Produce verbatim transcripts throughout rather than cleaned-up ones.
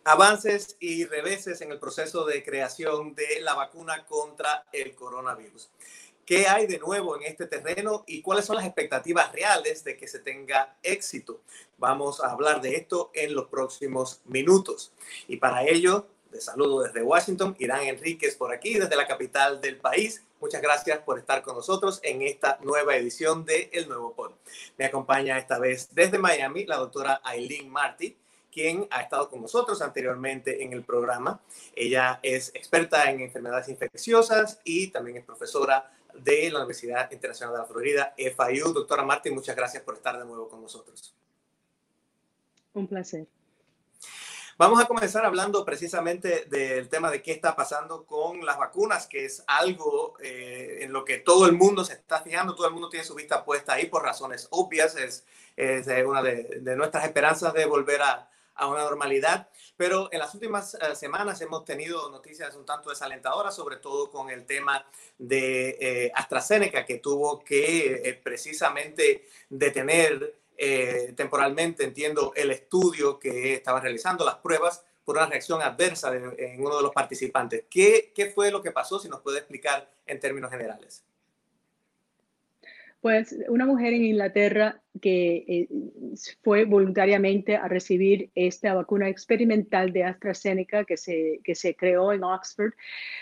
Avances y reveses en el proceso de creación de la vacuna contra el coronavirus. ¿Qué hay de nuevo en este terreno y cuáles son las expectativas reales de que se tenga éxito? Vamos a hablar de esto en los próximos minutos. Y para ello, les saludo desde Washington, Irán Enríquez por aquí, desde la capital del país. Muchas gracias por estar con nosotros en esta nueva edición de El Nuevo Pod. Me acompaña esta vez desde Miami la doctora Aileen Martí, quien ha estado con nosotros anteriormente en el programa. Ella es experta en enfermedades infecciosas y también es profesora de la Universidad Internacional de la Florida, F I U. Doctora Martí, muchas gracias por estar de nuevo con nosotros. Un placer. Vamos a comenzar hablando precisamente del tema de qué está pasando con las vacunas, que es algo eh, en lo que todo el mundo se está fijando, todo el mundo tiene su vista puesta ahí por razones obvias. Es, es una de, de nuestras esperanzas de volver a, a una normalidad, pero en las últimas uh, semanas hemos tenido noticias un tanto desalentadoras, sobre todo con el tema de eh, AstraZeneca, que tuvo que eh, precisamente detener eh, temporalmente, entiendo, el estudio que estaba realizando, las pruebas, por una reacción adversa de, en uno de los participantes. ¿Qué, ¿Qué fue lo que pasó? Si nos puede explicar en términos generales. Pues una mujer en Inglaterra que eh, fue voluntariamente a recibir esta vacuna experimental de AstraZeneca que se, que se creó en Oxford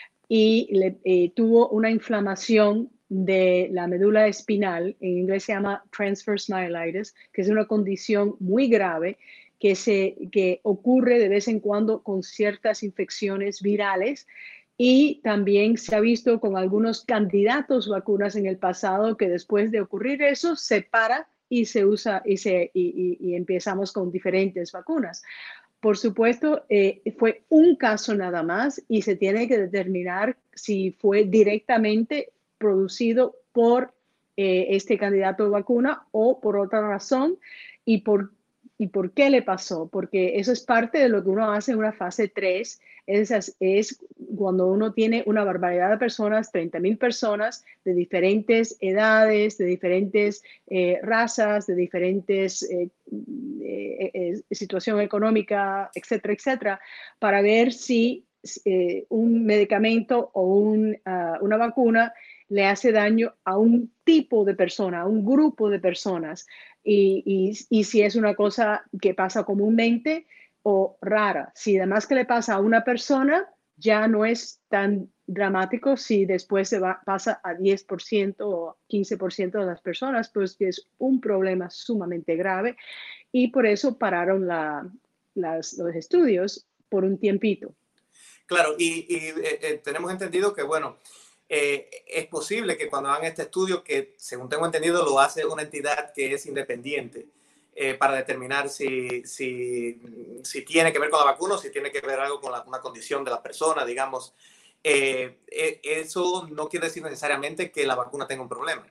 y le, eh, tuvo una inflamación de la médula espinal, en inglés se llama transverse myelitis, que es una condición muy grave que, se, que ocurre de vez en cuando con ciertas infecciones virales. Y también se ha visto con algunos candidatos vacunas en el pasado que después de ocurrir eso se para y se usa y, se, y, y, y empezamos con diferentes vacunas. Por supuesto, eh, fue un caso nada más y se tiene que determinar si fue directamente producido por eh, este candidato de vacuna o por otra razón y por ¿Y por qué le pasó? Porque eso es parte de lo que uno hace en una fase tres, es, es cuando uno tiene una barbaridad de personas, treinta mil personas de diferentes edades, de diferentes eh, razas, de diferentes eh, eh, eh, situación económica, etcétera, etcétera, para ver si eh, un medicamento o un, uh, una vacuna le hace daño a un tipo de persona, a un grupo de personas. Y, y, y si es una cosa que pasa comúnmente o rara. Si además que le pasa a una persona, ya no es tan dramático si después se va, pasa a diez por ciento o quince por ciento de las personas, pues es un problema sumamente grave y por eso pararon la, las, los estudios por un tiempito. Claro, y, y eh, tenemos entendido que, bueno, Eh, es posible que cuando hagan este estudio, que según tengo entendido lo hace una entidad que es independiente eh, para determinar si, si, si tiene que ver con la vacuna o si tiene que ver algo con la, una condición de la persona, digamos. Eh, eh, eso no quiere decir necesariamente que la vacuna tenga un problema.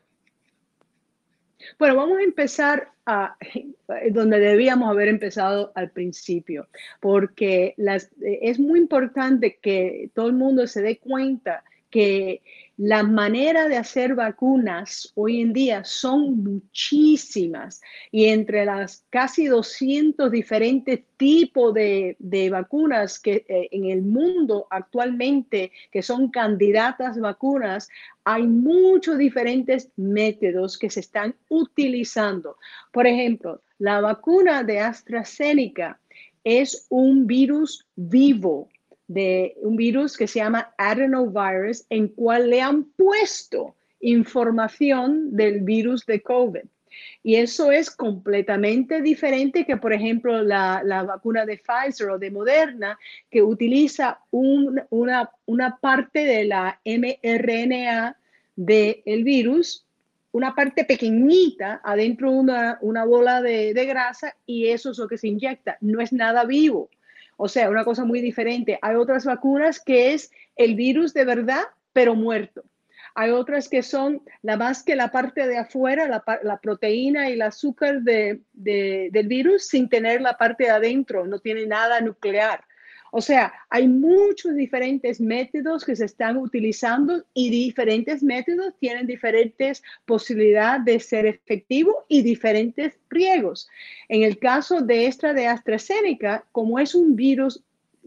Bueno, vamos a empezar a donde debíamos haber empezado al principio, porque las, es muy importante que todo el mundo se dé cuenta que la manera de hacer vacunas hoy en día son muchísimas y entre las casi doscientos diferentes tipos de, de vacunas que eh, en el mundo actualmente que son candidatas vacunas, hay muchos diferentes métodos que se están utilizando. Por ejemplo, la vacuna de AstraZeneca es un virus vivo, de un virus que se llama adenovirus, en cual le han puesto información del virus de COVID. Y eso es completamente diferente que, por ejemplo, la, la vacuna de Pfizer o de Moderna, que utiliza un, una, una parte de la mRNA del virus, una parte pequeñita adentro de una, una bola de, de grasa, y eso es lo que se inyecta. No es nada vivo. O sea, una cosa muy diferente. Hay otras vacunas que es el virus de verdad, pero muerto. Hay otras que son la más que la parte de afuera, la, la proteína y el azúcar de, de, del virus sin tener la parte de adentro, no tiene nada nuclear. O sea, hay muchos diferentes métodos que se están utilizando y diferentes métodos tienen diferentes posibilidades de ser efectivos y diferentes riesgos. En el caso de esta de AstraZeneca, como es un virus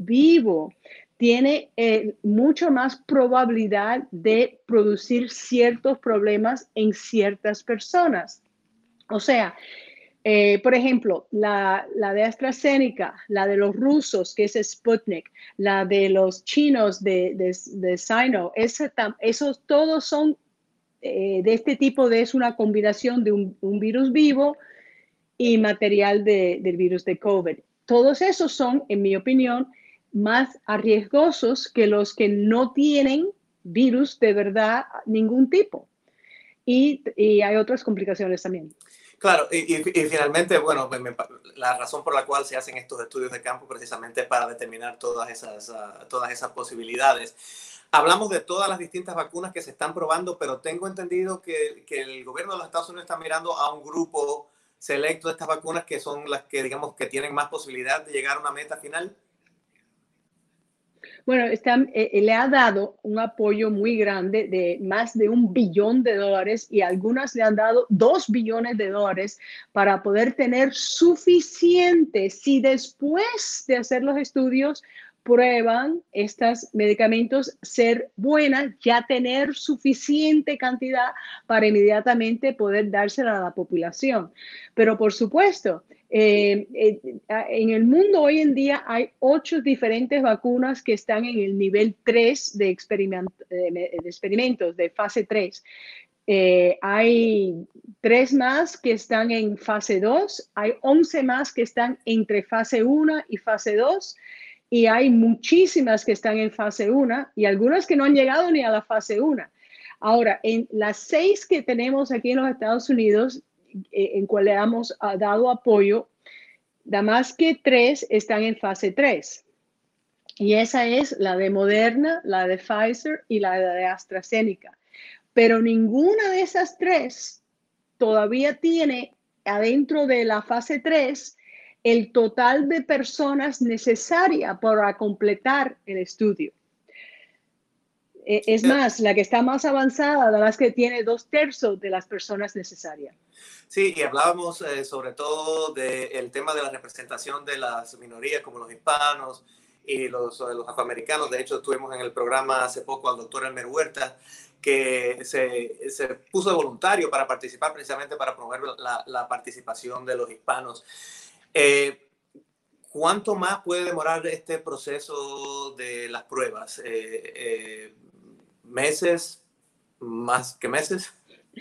vivo tiene eh, mucho más probabilidad de producir ciertos problemas en ciertas personas. O sea, eh, por ejemplo, la, la de AstraZeneca, la de los rusos, que es Sputnik, la de los chinos de, de, de Sino, ese, esos todos son eh, de este tipo, de es una combinación de un, un virus vivo y material de, del virus de COVID. Todos esos son, en mi opinión, más arriesgosos que los que no tienen virus de verdad, ningún tipo. Y, y hay otras complicaciones también. Claro, y, y, y finalmente, bueno, me, me, la razón por la cual se hacen estos estudios de campo precisamente es para determinar todas esas, uh, todas esas posibilidades. Hablamos de todas las distintas vacunas que se están probando, pero tengo entendido que, que el gobierno de los Estados Unidos está mirando a un grupo selecto de estas vacunas que son las que, digamos, que tienen más posibilidad de llegar a una meta final. Bueno, está, eh, le ha dado un apoyo muy grande de más de un billón de dólares y algunas le han dado dos billones de dólares para poder tener suficiente. Si después de hacer los estudios prueban estos medicamentos ser buenas, ya tener suficiente cantidad para inmediatamente poder dársela a la población. Pero por supuesto, Eh, eh, en el mundo hoy en día hay ocho diferentes vacunas que están en el nivel tres de, experiment, de, de experimentos, de fase tres. Eh, hay tres más que están en fase dos, hay once más que están entre fase uno y fase dos, y hay muchísimas que están en fase uno y algunas que no han llegado ni a la fase uno. Ahora, en las seis que tenemos aquí en los Estados Unidos, en cual le hemos dado apoyo, nada más que tres están en fase tres. Y esa es la de Moderna, la de Pfizer y la de AstraZeneca. Pero ninguna de esas tres todavía tiene adentro de la fase tres el total de personas necesarias para completar el estudio. Es más, la que está más avanzada, además que tiene dos tercios de las personas necesarias. Sí, y hablábamos eh, sobre todo del tema de la representación de las minorías como los hispanos y los, los afroamericanos. De hecho, estuvimos en el programa hace poco al doctor Elmer Huerta, que se, se puso de voluntario para participar precisamente para promover la, la participación de los hispanos. Eh, ¿Cuánto más puede demorar este proceso de las pruebas? Eh, eh, ¿Meses? ¿Más que meses?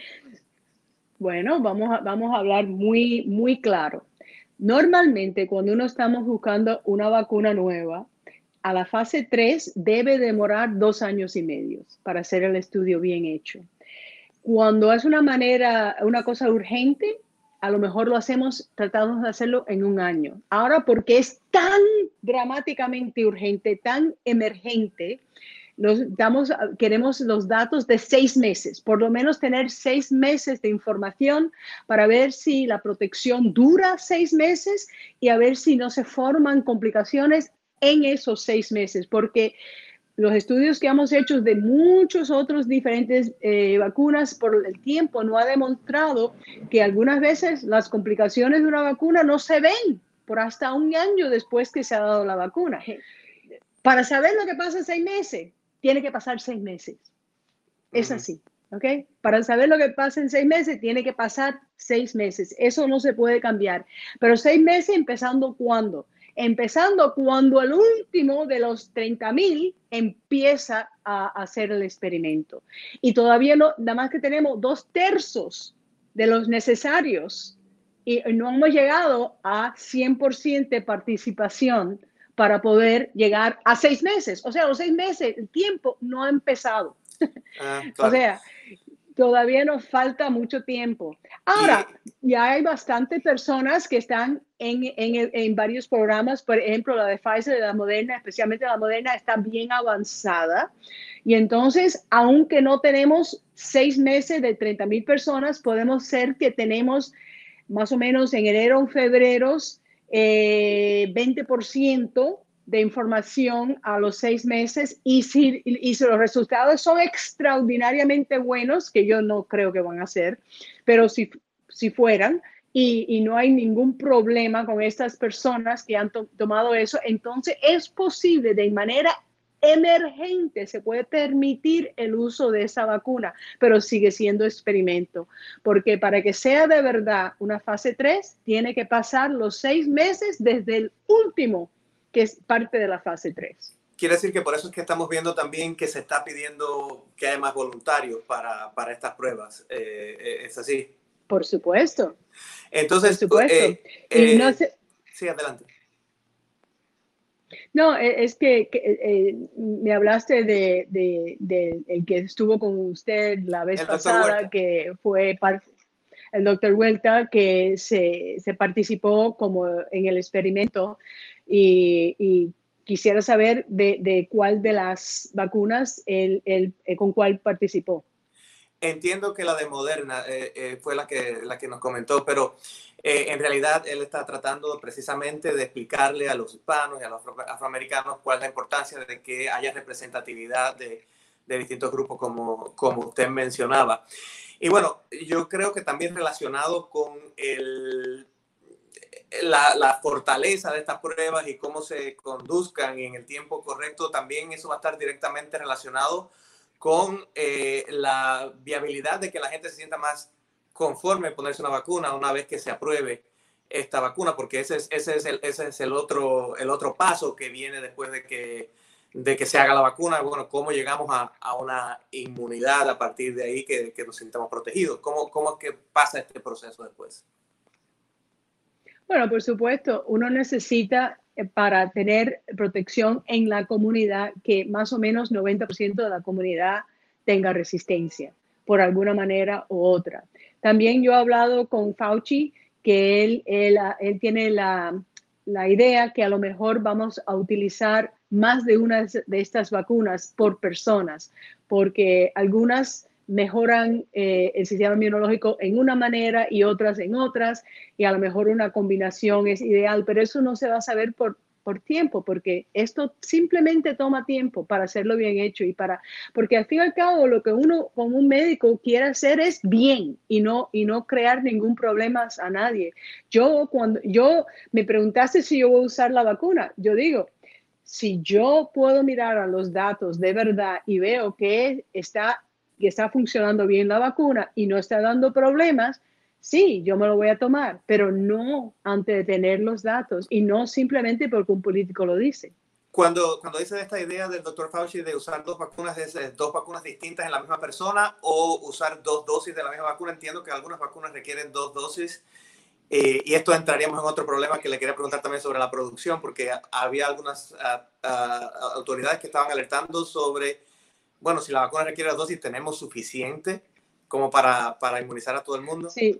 Bueno, vamos a, vamos a hablar muy, muy claro. Normalmente, cuando uno estamos buscando una vacuna nueva, a la fase tres debe demorar dos años y medio para hacer el estudio bien hecho. Cuando es una manera, una cosa urgente, a lo mejor lo hacemos, tratamos de hacerlo en un año. Ahora, porque es tan dramáticamente urgente, tan emergente, nos damos, queremos los datos de seis meses, por lo menos tener seis meses de información para ver si la protección dura seis meses y a ver si no se forman complicaciones en esos seis meses, porque los estudios que hemos hecho de muchos otros diferentes eh, vacunas por el tiempo no ha demostrado que algunas veces las complicaciones de una vacuna no se ven por hasta un año después que se ha dado la vacuna. Para saber lo que pasa en seis meses, tiene que pasar seis meses. Es así, ¿ok? Para saber lo que pasa en seis meses, tiene que pasar seis meses. Eso no se puede cambiar. Pero seis meses empezando ¿cuándo? Empezando cuando el último de los treinta mil empieza a hacer el experimento. Y todavía no, nada más que tenemos dos tercios de los necesarios y no hemos llegado a cien por ciento de participación para poder llegar a seis meses. O sea, los seis meses, el tiempo no ha empezado. Ah, claro. O sea, todavía nos falta mucho tiempo. Ahora, y... ya hay bastantes personas que están en, en, en varios programas, por ejemplo, la de Pfizer, de la Moderna, especialmente la Moderna, está bien avanzada. Y entonces, aunque no tenemos seis meses de treinta mil personas, podemos ser que tenemos más o menos en enero o febrero, Eh, veinte por ciento de información a los seis meses y si, y si los resultados son extraordinariamente buenos, que yo no creo que van a ser, pero si, si fueran, y, y no hay ningún problema con estas personas que han to tomado eso, entonces es posible de manera emergente, se puede permitir el uso de esa vacuna, pero sigue siendo experimento, porque para que sea de verdad una fase tres, tiene que pasar los seis meses desde el último, que es parte de la fase tres. Quiere decir que por eso es que estamos viendo también que se está pidiendo que haya más voluntarios para, para estas pruebas. Eh, ¿Es así? Por supuesto. Entonces, Por supuesto. Eh, y eh, no sé, sí, adelante. No, es que, que eh, me hablaste de, de, de el que estuvo con usted la vez El pasada, que fue parte, el doctor Huerta, que se, se participó como en el experimento y, y quisiera saber de, de cuál de las vacunas, él, él, con cuál participó. Entiendo que la de Moderna eh, eh, fue la que, la que nos comentó, pero eh, en realidad él está tratando precisamente de explicarle a los hispanos y a los afro afroamericanos cuál es la importancia de que haya representatividad de, de distintos grupos como, como usted mencionaba. Y bueno, yo creo que también relacionado con el, la, la fortaleza de estas pruebas y cómo se conduzcan en el tiempo correcto, también eso va a estar directamente relacionado con eh, la viabilidad de que la gente se sienta más conforme a ponerse una vacuna una vez que se apruebe esta vacuna, porque ese es, ese es, el, ese es el, otro, el otro paso que viene después de que, de que se haga la vacuna. Bueno, cómo llegamos a, a una inmunidad a partir de ahí que, que nos sintamos protegidos. ¿Cómo, cómo es que pasa este proceso después? Bueno, por supuesto, uno necesita para tener protección en la comunidad que más o menos noventa por ciento de la comunidad tenga resistencia por alguna manera u otra. También yo he hablado con Fauci que él, él, él tiene la, la idea que a lo mejor vamos a utilizar más de una de estas vacunas por personas, porque algunas mejoran eh, el sistema inmunológico en una manera y otras en otras, y a lo mejor una combinación es ideal, pero eso no se va a saber por, por tiempo, porque esto simplemente toma tiempo para hacerlo bien hecho y para, porque al fin y al cabo lo que uno como un médico quiere hacer es bien y no, y no crear ningún problema a nadie. Yo cuando yo me preguntaste si yo voy a usar la vacuna, yo digo, si yo puedo mirar a los datos de verdad y veo que está que está funcionando bien la vacuna y no está dando problemas, sí, yo me lo voy a tomar, pero no antes de tener los datos y no simplemente porque un político lo dice. Cuando, cuando dice esta idea del doctor Fauci de usar dos vacunas, ¿es dos vacunas distintas en la misma persona o usar dos dosis de la misma vacuna? Entiendo que algunas vacunas requieren dos dosis. Eh, y esto entraríamos en otro problema que le quería preguntar también sobre la producción, porque había algunas uh, uh, autoridades que estaban alertando sobre, bueno, si la vacuna requiere dos dosis, ¿tenemos suficiente como para, para inmunizar a todo el mundo? Sí,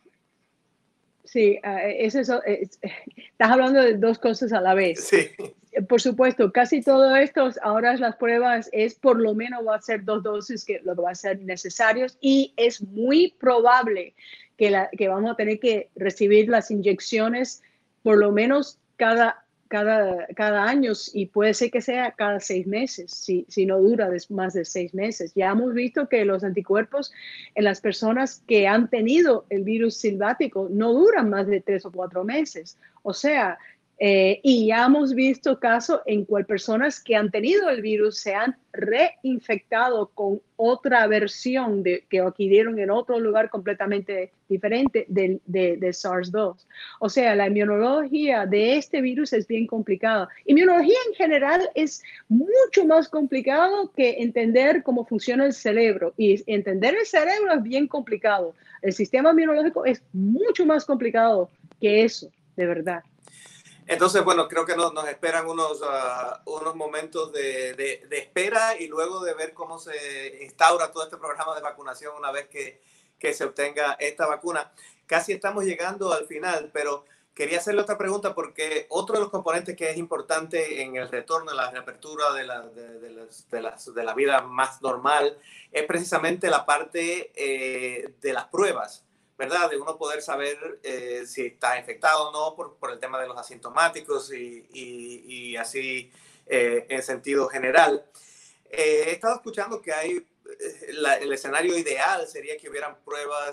sí, uh, es eso, es, estás hablando de dos cosas a la vez. Sí. Por supuesto, casi todo esto, ahora las pruebas es por lo menos va a ser dos dosis que lo que va a ser necesarios y es muy probable que, la, que vamos a tener que recibir las inyecciones por lo menos cada, cada, cada año y puede ser que sea cada seis meses, si, si no dura más de seis meses. Ya hemos visto que los anticuerpos en las personas que han tenido el virus silvático no duran más de tres o cuatro meses. O sea, Eh, y ya hemos visto casos en cual personas que han tenido el virus se han reinfectado con otra versión de, que adquirieron en otro lugar completamente diferente de, de, de SARS dos. O sea, la inmunología de este virus es bien complicada. Inmunología en general es mucho más complicado que entender cómo funciona el cerebro. Y entender el cerebro es bien complicado. El sistema inmunológico es mucho más complicado que eso, de verdad. Entonces, bueno, creo que nos, nos esperan unos, uh, unos momentos de, de, de espera y luego de ver cómo se instaura todo este programa de vacunación una vez que, que se obtenga esta vacuna. Casi estamos llegando al final, pero quería hacerle otra pregunta porque otro de los componentes que es importante en el retorno, en la reapertura de la, de, de las, de las, de la vida más normal, es precisamente la parte eh, de las pruebas, ¿verdad? De uno poder saber eh, si está infectado o no por, por el tema de los asintomáticos y, y, y así eh, en sentido general. Eh, he estado escuchando que hay, la, el escenario ideal sería que hubieran pruebas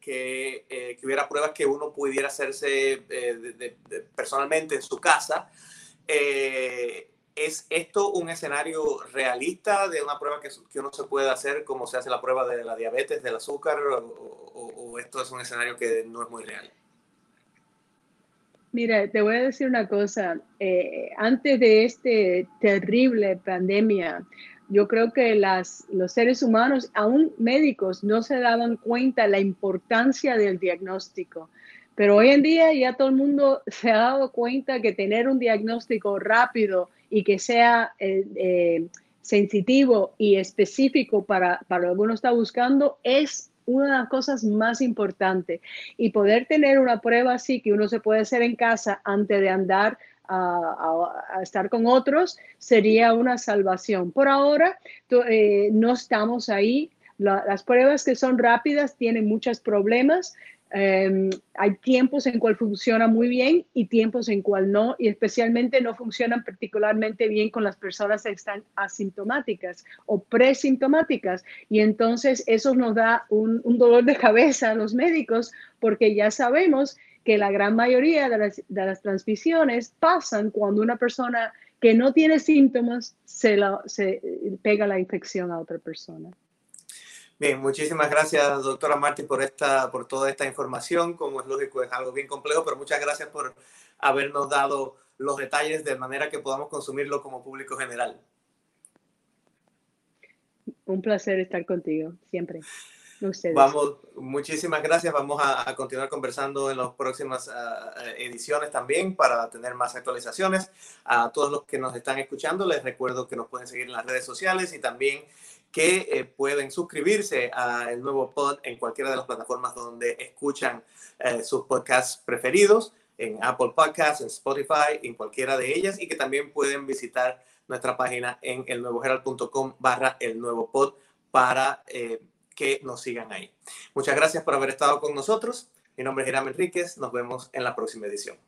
que, eh, que hubiera pruebas que uno pudiera hacerse eh, de, de, de, personalmente en su casa. Eh, ¿Es esto un escenario realista de una prueba que, que uno se puede hacer como se hace la prueba de la diabetes, del azúcar, o, o, o esto es un escenario que no es muy real? Mira, te voy a decir una cosa. Eh, antes de esta terrible pandemia, yo creo que las, los seres humanos, aún médicos, no se daban cuenta de la importancia del diagnóstico. Pero hoy en día ya todo el mundo se ha dado cuenta que tener un diagnóstico rápido y que sea eh, eh, sensitivo y específico para, para lo que uno está buscando es una de las cosas más importantes. Y poder tener una prueba así que uno se puede hacer en casa antes de andar a, a, a estar con otros sería una salvación. Por ahora to, eh, no estamos ahí. La, las pruebas que son rápidas tienen muchos problemas. Um, hay tiempos en cual funciona muy bien y tiempos en cual no, y especialmente no funcionan particularmente bien con las personas que están asintomáticas o presintomáticas, y entonces eso nos da un, un dolor de cabeza a los médicos porque ya sabemos que la gran mayoría de las, de las transmisiones pasan cuando una persona que no tiene síntomas se, la, se pega la infección a otra persona. Bien, muchísimas gracias, doctora Martin, por, esta, por toda esta información. Como es lógico, es algo bien complejo, pero muchas gracias por habernos dado los detalles de manera que podamos consumirlo como público general. Un placer estar contigo, siempre. Ustedes. Vamos, muchísimas gracias. Vamos a, a continuar conversando en las próximas uh, ediciones también para tener más actualizaciones. A todos los que nos están escuchando, les recuerdo que nos pueden seguir en las redes sociales y también que eh, pueden suscribirse a El Nuevo Pod en cualquiera de las plataformas donde escuchan eh, sus podcasts preferidos, en Apple Podcasts, en Spotify, en cualquiera de ellas, y que también pueden visitar nuestra página en elnuevoherald.com barra El Nuevo Pod para eh, que nos sigan ahí. Muchas gracias por haber estado con nosotros. Mi nombre es Hiram Enríquez. Nos vemos en la próxima edición.